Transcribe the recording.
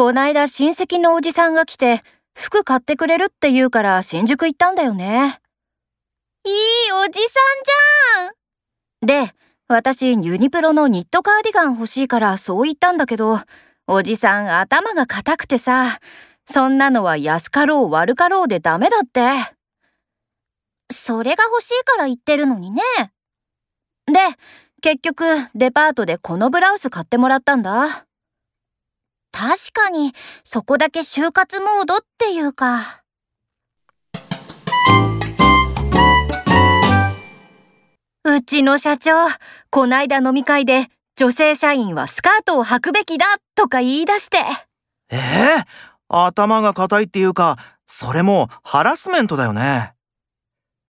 こないだ親戚のおじさんが来て、服買ってくれるって言うから新宿行ったんだよね。 いいおじさんじゃん。で、私ユニプロのニットカーディガン欲しいからそう言ったんだけど、おじさん頭が固くてさ、そんなのは安かろう悪かろうでダメだって。 それが欲しいから言ってるのにね。 で、結局デパートでこのブラウス買ってもらったんだ。 確かに、そこだけ就活モードっていうか。 うちの社長、こないだ飲み会で女性社員はスカートを履くべきだとか言い出して。 頭が固いっていうか、それもハラスメントだよね。